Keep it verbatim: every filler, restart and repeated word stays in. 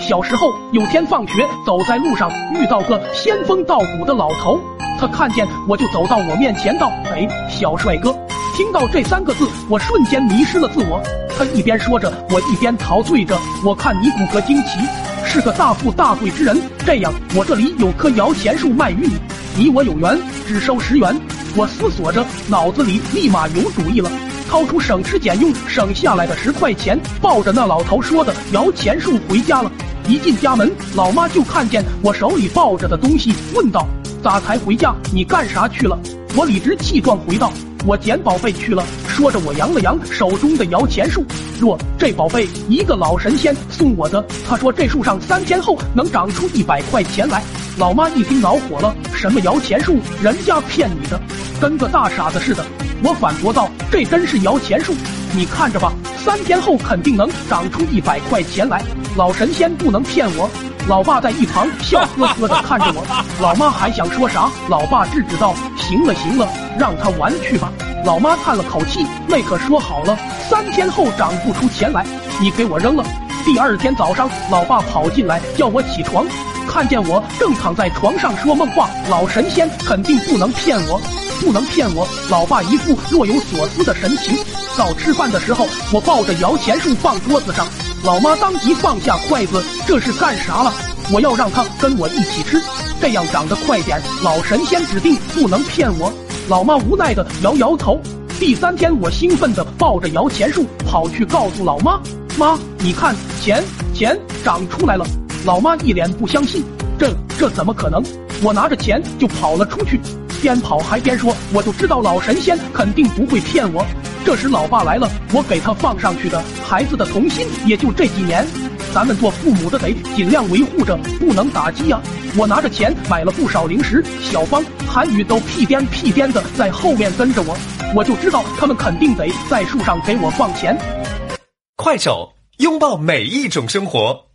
小时候有天放学走在路上，遇到个仙风道骨的老头，他看见我就走到我面前道：“哎，小帅哥。”听到这三个字，我瞬间迷失了自我。他一边说着，我一边陶醉着。我看你骨骼惊奇，是个大富大贵之人。这样，我这里有棵摇钱树卖与你，你我有缘，只收十元。我思索着，脑子里立马有主意了，掏出省吃俭用省下来的十块钱，抱着那老头说的摇钱树回家了。一进家门，老妈就看见我手里抱着的东西，问道：“咋才回家？你干啥去了？”我理直气壮回道：“我捡宝贝去了。”说着，我扬了扬手中的摇钱树，若这宝贝一个老神仙送我的，他说这树上三天后能长出一百块钱来。老妈一听恼火了：“什么摇钱树？人家骗你的，跟个大傻子似的。”我反驳道：“这真是摇钱树，你看着吧，三天后肯定能长出一百块钱来，老神仙不能骗我。”老爸在一旁笑呵呵地看着我，老妈还想说啥，老爸制止道：“行了行了，让他玩去吧。”老妈叹了口气：“那可说好了，三天后长不出钱来，你给我扔了。”第二天早上，老爸跑进来叫我起床，看见我正躺在床上说梦话，老神仙肯定不能骗我，不能骗我。老爸一副若有所思的神情。到吃饭的时候，我抱着摇钱树放桌子上，老妈当即放下筷子：“这是干啥了？我要让他跟我一起吃，这样长得快点，老神仙指定不能骗我。”老妈无奈的摇摇头。第三天，我兴奋的抱着摇钱树跑去告诉老妈：“妈，你看，钱钱长出来了。”老妈一脸不相信：“这这怎么可能？”我拿着钱就跑了出去，边跑还边说：“我就知道老神仙肯定不会骗我。”这时老爸来了，我给他放上去的孩子的童心也就这几年，咱们做父母的得尽量维护着，不能打击呀、啊。我拿着钱买了不少零食，小芳、韩宇都屁颠屁颠的在后面跟着我，我就知道他们肯定得在树上给我放钱。 快手，拥抱每一种生活。